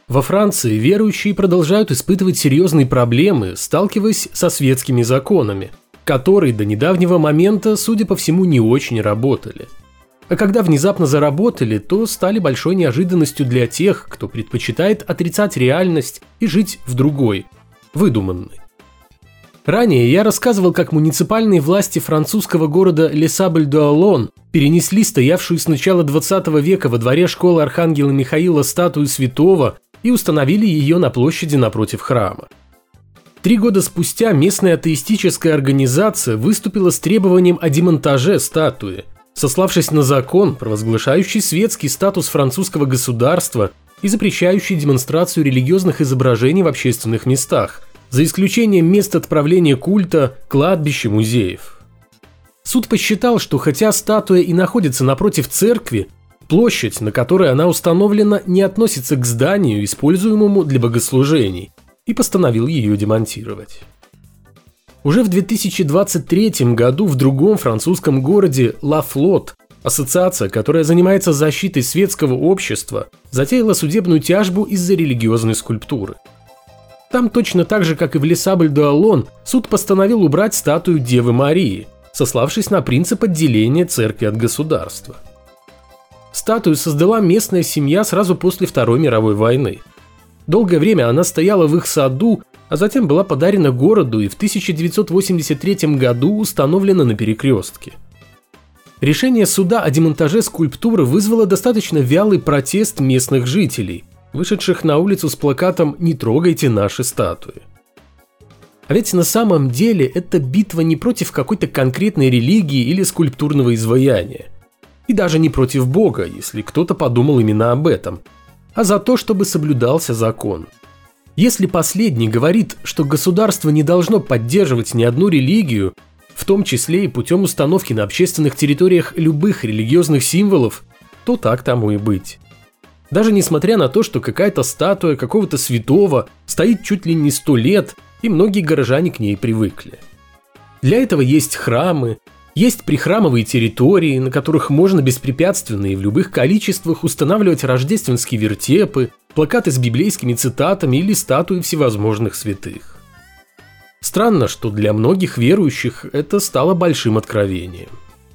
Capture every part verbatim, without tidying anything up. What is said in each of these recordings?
Во Франции верующие продолжают испытывать серьезные проблемы, сталкиваясь со светскими законами, которые до недавнего момента, судя по всему, не очень работали. А когда внезапно заработали, то стали большой неожиданностью для тех, кто предпочитает отрицать реальность и жить в другой, выдуманной. Ранее я рассказывал, как муниципальные власти французского города Ле-Сабль-д'Олон перенесли стоявшую с начала двадцатого века во дворе школы Архангела Михаила статую святого и установили ее на площади напротив храма. Три года спустя местная атеистическая организация выступила с требованием о демонтаже статуи, сославшись на закон, провозглашающий светский статус французского государства и запрещающий демонстрацию религиозных изображений в общественных местах, за исключением мест отправления культа, кладбищ и музеев. Суд посчитал, что хотя статуя и находится напротив церкви, площадь, на которой она установлена, не относится к зданию, используемому для богослужений, и постановил ее демонтировать. Уже в две тысячи двадцать третьем году в другом французском городе Ла Флот ассоциация, которая занимается защитой светского общества, затеяла судебную тяжбу из-за религиозной скульптуры. Там точно так же, как и в Ле-Сабль-д'Олон, суд постановил убрать статую Девы Марии, сославшись на принцип отделения церкви от государства. Статую создала местная семья сразу после Второй мировой войны. Долгое время она стояла в их саду, а затем была подарена городу и в тысяча девятьсот восемьдесят третьем году установлена на перекрестке. Решение суда о демонтаже скульптуры вызвало достаточно вялый протест местных жителей, вышедших на улицу с плакатом «Не трогайте наши статуи». А ведь на самом деле это битва не против какой-то конкретной религии или скульптурного изваяния. И даже не против Бога, если кто-то подумал именно об этом, а за то, чтобы соблюдался закон. Если последний говорит, что государство не должно поддерживать ни одну религию, в том числе и путем установки на общественных территориях любых религиозных символов, то так тому и быть. Даже несмотря на то, что какая-то статуя какого-то святого стоит чуть ли не сто лет, и многие горожане к ней привыкли. Для этого есть храмы, есть прихрамовые территории, на которых можно беспрепятственно и в любых количествах устанавливать рождественские вертепы, плакаты с библейскими цитатами или статуи всевозможных святых. Странно, что для многих верующих это стало большим откровением.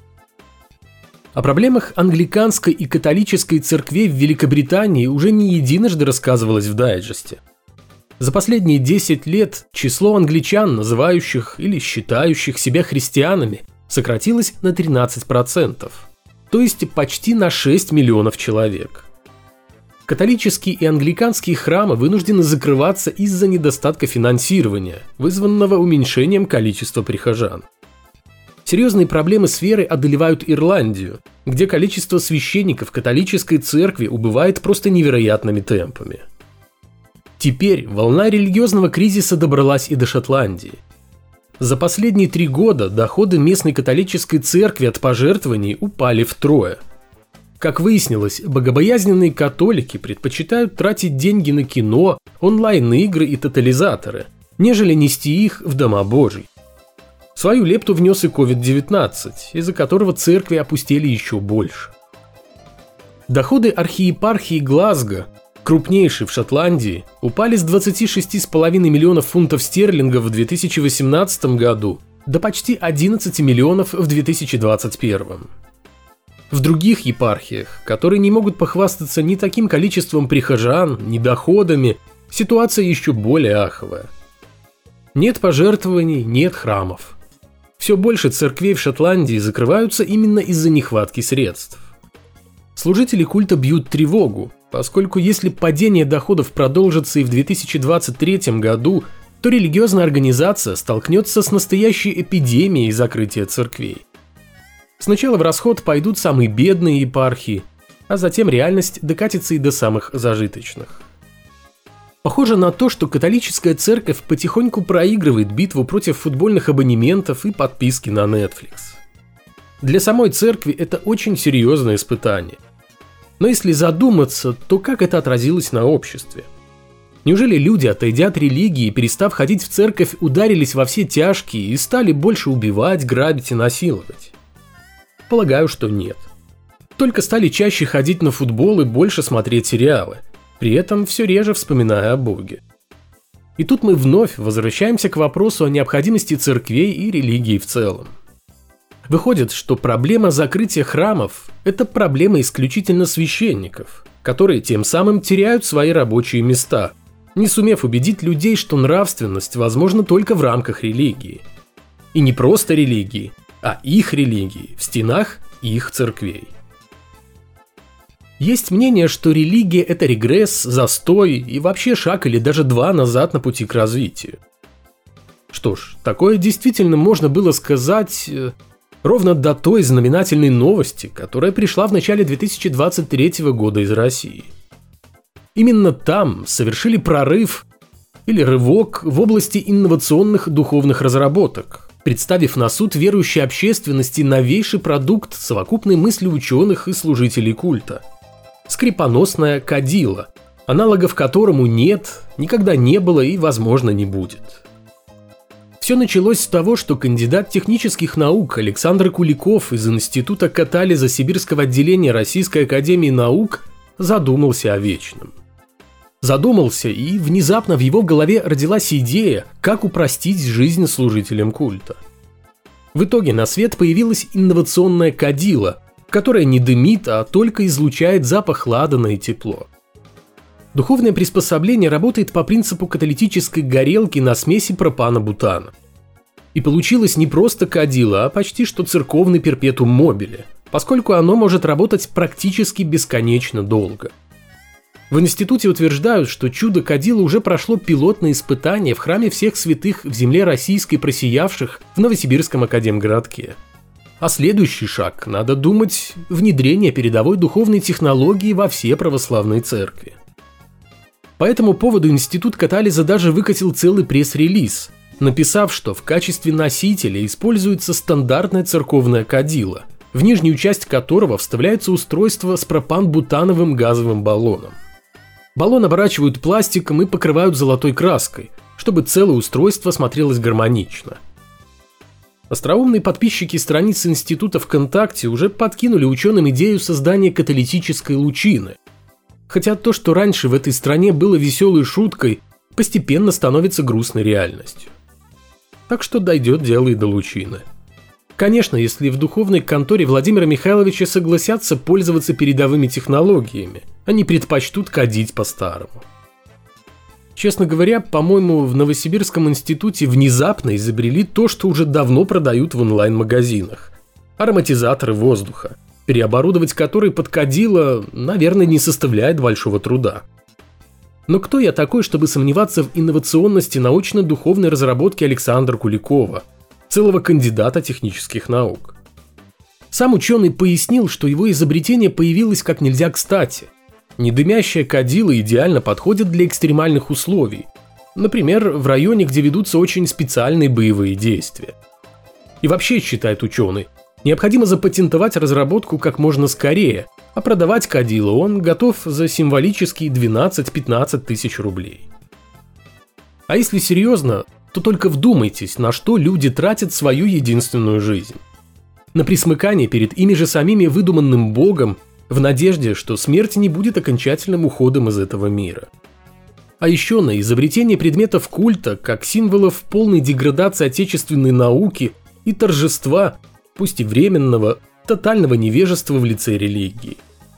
О проблемах англиканской и католической церквей в Великобритании уже не единожды рассказывалось в дайджесте. За последние десять лет число англичан, называющих или считающих себя христианами, сократилось на тринадцать процентов, то есть почти на шесть миллионов человек. Католические и англиканские храмы вынуждены закрываться из-за недостатка финансирования, вызванного уменьшением количества прихожан. Серьезные проблемы с верой одолевают Ирландию, где количество священников католической церкви убывает просто невероятными темпами. Теперь волна религиозного кризиса добралась и до Шотландии. За последние три года доходы местной католической церкви от пожертвований упали втрое. Как выяснилось, богобоязненные католики предпочитают тратить деньги на кино, онлайн-игры и тотализаторы, нежели нести их в дома Божьи. Свою лепту внес и ковид девятнадцать, из-за которого церкви опустели еще больше. Доходы архиепархии Глазго, крупнейшей в Шотландии, упали с двадцати шести с половиной миллионов фунтов стерлингов в две тысячи восемнадцатом году до почти одиннадцати миллионов в две тысячи двадцать первом. В других епархиях, которые не могут похвастаться ни таким количеством прихожан, ни доходами, ситуация еще более аховая. Нет пожертвований, нет храмов. Все больше церквей в Шотландии закрываются именно из-за нехватки средств. Служители культа бьют тревогу, поскольку если падение доходов продолжится и в две тысячи двадцать третьем году, то религиозная организация столкнется с настоящей эпидемией закрытия церквей. Сначала в расход пойдут самые бедные епархии, а затем реальность докатится и до самых зажиточных. Похоже на то, что католическая церковь потихоньку проигрывает битву против футбольных абонементов и подписки на Netflix. Для самой церкви это очень серьезное испытание. Но если задуматься, то как это отразилось на обществе? Неужели люди, отойдя от религии и перестав ходить в церковь, ударились во все тяжкие и стали больше убивать, грабить и насиловать? Полагаю, что нет. Только стали чаще ходить на футбол и больше смотреть сериалы. при этом все реже вспоминая о Боге. И тут мы вновь возвращаемся к вопросу о необходимости церквей и религии в целом. Выходит, что проблема закрытия храмов – это проблема исключительно священников, которые тем самым теряют свои рабочие места, не сумев убедить людей, что нравственность возможна только в рамках религии. И не просто религии, а их религии в стенах их церквей. Есть мнение, что религия – это регресс, застой и вообще шаг или даже два назад на пути к развитию. Что ж, такое действительно можно было сказать ровно до той знаменательной новости, которая пришла в начале две тысячи двадцать третьего года из России. Именно там совершили прорыв или рывок в области инновационных духовных разработок, представив на суд верующей общественности новейший продукт совокупной мысли ученых и служителей культа – скрипоносное кадило, аналогов которому нет, никогда не было и, возможно, не будет. Все началось с того, что кандидат технических наук Александр Куликов из Института катализа Сибирского отделения Российской академии наук задумался о вечном. Задумался, и внезапно в его голове родилась идея, как упростить жизнь служителям культа. В итоге на свет появилось инновационное кадило, которое не дымит, а только излучает запах ладана и тепло. Духовное приспособление работает по принципу каталитической горелки на смеси пропана-бутана. И получилось не просто кадило, а почти что церковный перпетум мобиле, поскольку оно может работать практически бесконечно долго. В институте утверждают, что чудо кадила уже прошло пилотное испытание в храме всех святых в земле российской просиявших в Новосибирском академгородке. А следующий шаг, надо думать, внедрение передовой духовной технологии во все православные церкви. По этому поводу Институт катализа даже выкатил целый пресс-релиз, написав, что в качестве носителя используется стандартное церковное кадило, в нижнюю часть которого вставляется устройство с пропан-бутановым газовым баллоном. Баллон оборачивают пластиком и покрывают золотой краской, чтобы целое устройство смотрелось гармонично. Остроумные подписчики страниц Института ВКонтакте уже подкинули ученым идею создания каталитической лучины. Хотя то, что раньше в этой стране было веселой шуткой, постепенно становится грустной реальностью. Так что дойдет дело и до лучины. Конечно, если в духовной конторе Владимира Михайловича согласятся пользоваться передовыми технологиями, они предпочтут кадить по-старому. Честно говоря, по-моему, в Новосибирском институте внезапно изобрели то, что уже давно продают в онлайн-магазинах – ароматизаторы воздуха, переоборудовать которые под кадило, наверное, не составляет большого труда. Но кто я такой, чтобы сомневаться в инновационности научно-духовной разработки Александра Куликова, целого кандидата технических наук? Сам ученый пояснил, что его изобретение появилось как нельзя кстати. Недымящее кадило идеально подходит для экстремальных условий, например, в районе, где ведутся очень специальные боевые действия. И вообще, считает ученый, необходимо запатентовать разработку как можно скорее, а продавать кадило он готов за символические двенадцать-пятнадцать тысяч рублей. А если серьезно, то только вдумайтесь, на что люди тратят свою единственную жизнь. На присмыкание перед ими же самими выдуманным богом, в надежде, что смерть не будет окончательным уходом из этого мира. А еще на изобретение предметов культа, как символов полной деградации отечественной науки и торжества, пусть и временного, тотального невежества в лице религии.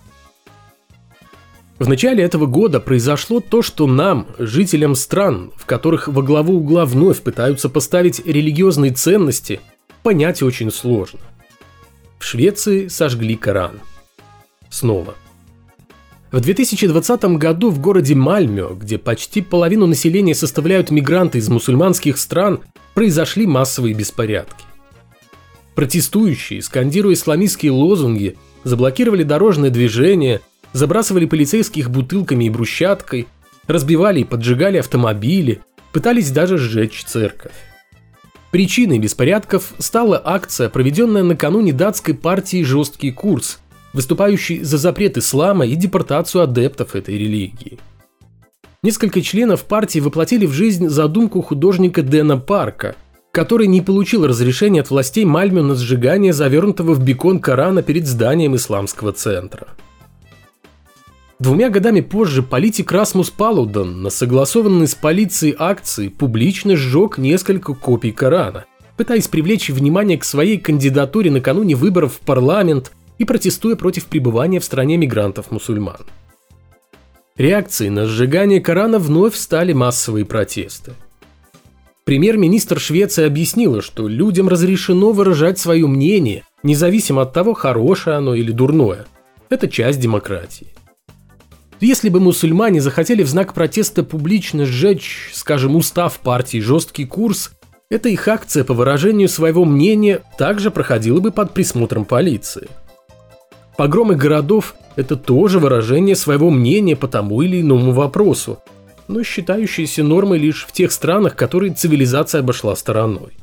В начале этого года произошло то, что нам, жителям стран, в которых во главу угла вновь пытаются поставить религиозные ценности, понять очень сложно. В Швеции сожгли Коран. Снова. В две тысячи двадцатом году в городе Мальмё, где почти половину населения составляют мигранты из мусульманских стран, произошли массовые беспорядки. Протестующие, скандируя исламистские лозунги, заблокировали дорожное движение, забрасывали полицейских бутылками и брусчаткой, разбивали и поджигали автомобили, пытались даже сжечь церковь. Причиной беспорядков стала акция, проведенная накануне датской партии «Жесткий курс», выступающий за запрет ислама и депортацию адептов этой религии. Несколько членов партии воплотили в жизнь задумку художника Дэна Парка, который не получил разрешения от властей Мальмё на сжигание завернутого в бекон Корана перед зданием исламского центра. Двумя годами позже политик Расмус Палуден на согласованной с полицией акции публично сжег несколько копий Корана, пытаясь привлечь внимание к своей кандидатуре накануне выборов в парламент и протестуя против пребывания в стране мигрантов-мусульман. Реакцией на сжигание Корана вновь стали массовые протесты. Премьер-министр Швеции объяснила, что людям разрешено выражать свое мнение, независимо от того, хорошее оно или дурное. Это часть демократии. Если бы мусульмане захотели в знак протеста публично сжечь, скажем, устав партии «Жесткий курс», эта их акция по выражению своего мнения также проходила бы под присмотром полиции. Погромы городов – это тоже выражение своего мнения по тому или иному вопросу, но считающиеся нормой лишь в тех странах, которые цивилизация обошла стороной.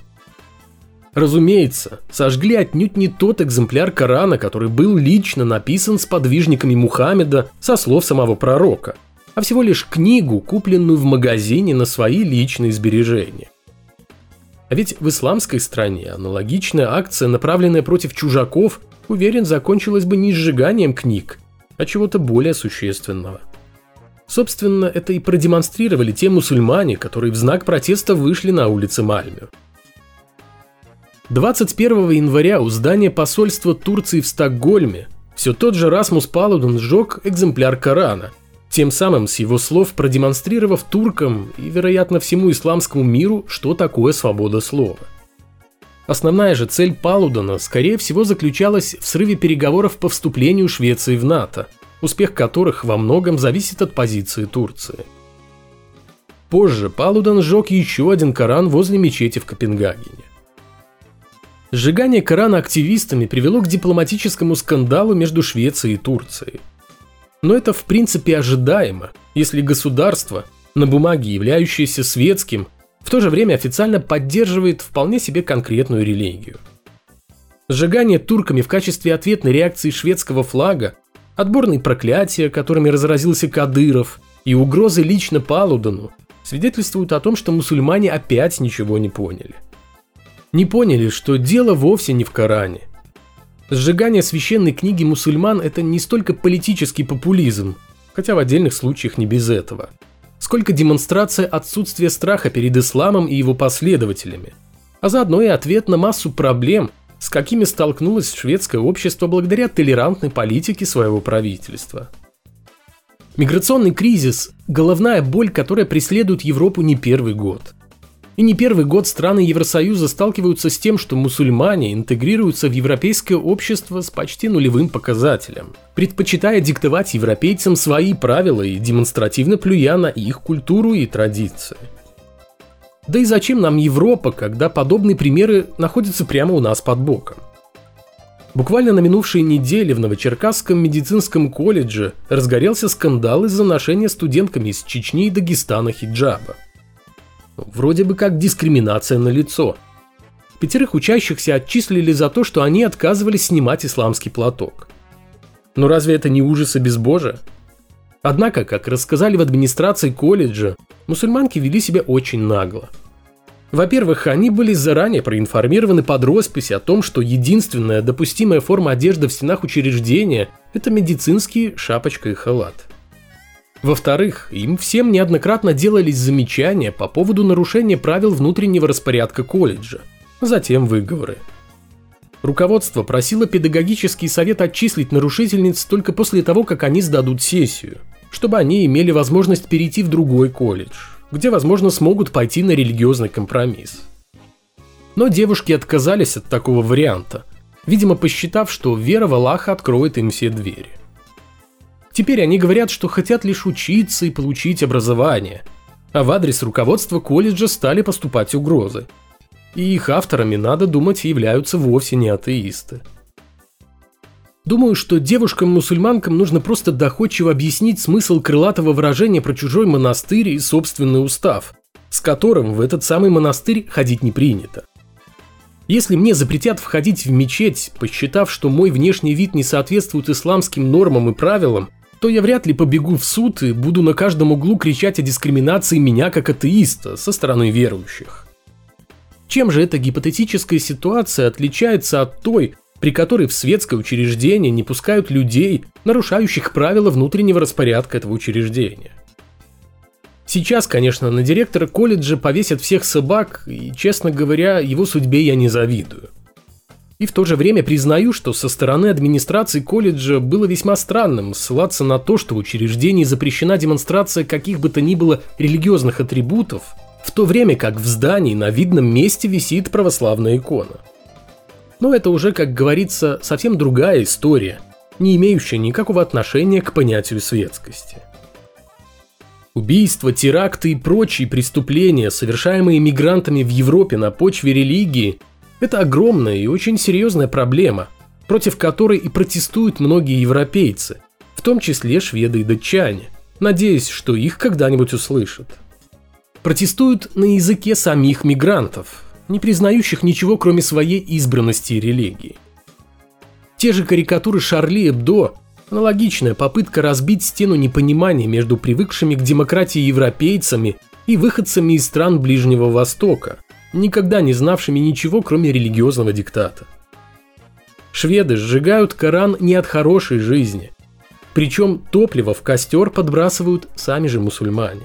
Разумеется, сожгли отнюдь не тот экземпляр Корана, который был лично написан сподвижниками Мухаммеда со слов самого пророка, а всего лишь книгу, купленную в магазине на свои личные сбережения. А ведь в исламской стране аналогичная акция, направленная против чужаков, уверен, закончилась бы не сжиганием книг, а чего-то более существенного. Собственно, это и продемонстрировали те мусульмане, которые в знак протеста вышли на улицы Мальмё. двадцать первого января у здания посольства Турции в Стокгольме все тот же Расмус Палуден сжег экземпляр Корана, тем самым, с его слов, продемонстрировав туркам и, вероятно, всему исламскому миру, что такое свобода слова. Основная же цель Палудена, скорее всего, заключалась в срыве переговоров по вступлению Швеции в НАТО, успех которых во многом зависит от позиции Турции. Позже Палуден сжег еще один Коран возле мечети в Копенгагене. Сжигание Корана активистами привело к дипломатическому скандалу между Швецией и Турцией. Но это в принципе ожидаемо, если государство, на бумаге являющееся светским, в то же время официально поддерживает вполне себе конкретную религию. Сжигание турками в качестве ответной реакции шведского флага, отборные проклятия, которыми разразился Кадыров, и угрозы лично Палудену свидетельствуют о том, что мусульмане опять ничего не поняли. Не поняли, что дело вовсе не в Коране. Сжигание священной книги мусульман – это не столько политический популизм, хотя в отдельных случаях не без этого, сколько демонстрация отсутствия страха перед исламом и его последователями, а заодно и ответ на массу проблем, с какими столкнулось шведское общество благодаря толерантной политике своего правительства. Миграционный кризис – головная боль, которая преследует Европу не первый год. И не первый год страны Евросоюза сталкиваются с тем, что мусульмане интегрируются в европейское общество с почти нулевым показателем, предпочитая диктовать европейцам свои правила и демонстративно плюя на их культуру и традиции. Да и зачем нам Европа, когда подобные примеры находятся прямо у нас под боком? Буквально на минувшей неделе в Новочеркасском медицинском колледже разгорелся скандал из-за ношения студентками из Чечни и Дагестана хиджаба. Вроде бы как дискриминация налицо. Пятерых учащихся отчислили за то, что они отказывались снимать исламский платок. Но разве это не ужас и безбожие? Однако, как рассказали в администрации колледжа, мусульманки вели себя очень нагло. Во-первых, они были заранее проинформированы под роспись о том, что единственная допустимая форма одежды в стенах учреждения – это медицинские шапочка и халат. Во-вторых, им всем неоднократно делались замечания по поводу нарушения правил внутреннего распорядка колледжа, затем выговоры. Руководство просило педагогический совет отчислить нарушительниц только после того, как они сдадут сессию, чтобы они имели возможность перейти в другой колледж, где, возможно, смогут пойти на религиозный компромисс. Но девушки отказались от такого варианта, видимо, посчитав, что вера в Аллаха откроет им все двери. Теперь они говорят, что хотят лишь учиться и получить образование, а в адрес руководства колледжа стали поступать угрозы. И их авторами, надо думать, являются вовсе не атеисты. Думаю, что девушкам-мусульманкам нужно просто доходчиво объяснить смысл крылатого выражения про чужой монастырь и собственный устав, с которым в этот самый монастырь ходить не принято. Если мне запретят входить в мечеть, посчитав, что мой внешний вид не соответствует исламским нормам и правилам, то я вряд ли побегу в суд и буду на каждом углу кричать о дискриминации меня как атеиста со стороны верующих. Чем же эта гипотетическая ситуация отличается от той, при которой в светское учреждение не пускают людей, нарушающих правила внутреннего распорядка этого учреждения. Сейчас, конечно, на директора колледжа повесят всех собак, и, честно говоря, его судьбе я не завидую. И в то же время признаю, что со стороны администрации колледжа было весьма странным ссылаться на то, что в учреждении запрещена демонстрация каких бы то ни было религиозных атрибутов, в то время как в здании на видном месте висит православная икона. Но это уже, как говорится, совсем другая история, не имеющая никакого отношения к понятию светскости. Убийства, теракты и прочие преступления, совершаемые мигрантами в Европе на почве религии, это огромная и очень серьезная проблема, против которой и протестуют многие европейцы, в том числе шведы и датчане, надеясь, что их когда-нибудь услышат. Протестуют на языке самих мигрантов, не признающих ничего, кроме своей избранности и религии. Те же карикатуры Шарли Эбдо – аналогичная попытка разбить стену непонимания между привыкшими к демократии европейцами и выходцами из стран Ближнего Востока, никогда не знавшими ничего, кроме религиозного диктата. Шведы сжигают Коран не от хорошей жизни, причем топливо в костер подбрасывают сами же мусульмане.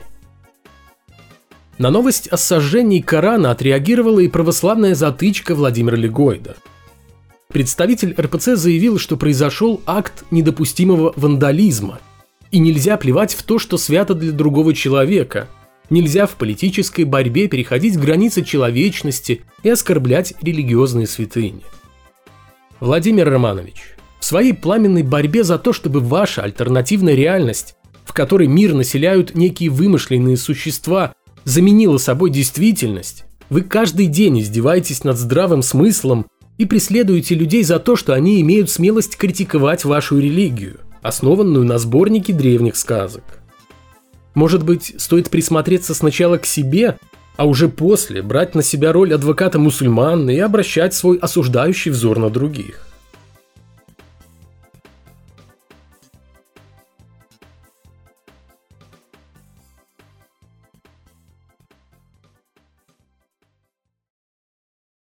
На новость о сожжении Корана отреагировала и православная затычка Владимира Легойда. Представитель эр пэ цэ заявил, что произошел акт недопустимого вандализма, и нельзя плевать в то, что свято для другого человека, нельзя в политической борьбе переходить границы человечности и оскорблять религиозные святыни. Владимир Романович, в своей пламенной борьбе за то, чтобы ваша альтернативная реальность, в которой мир населяют некие вымышленные существа, заменила собой действительность, вы каждый день издеваетесь над здравым смыслом и преследуете людей за то, что они имеют смелость критиковать вашу религию, основанную на сборнике древних сказок. Может быть, стоит присмотреться сначала к себе, а уже после брать на себя роль адвоката мусульман и обращать свой осуждающий взор на других.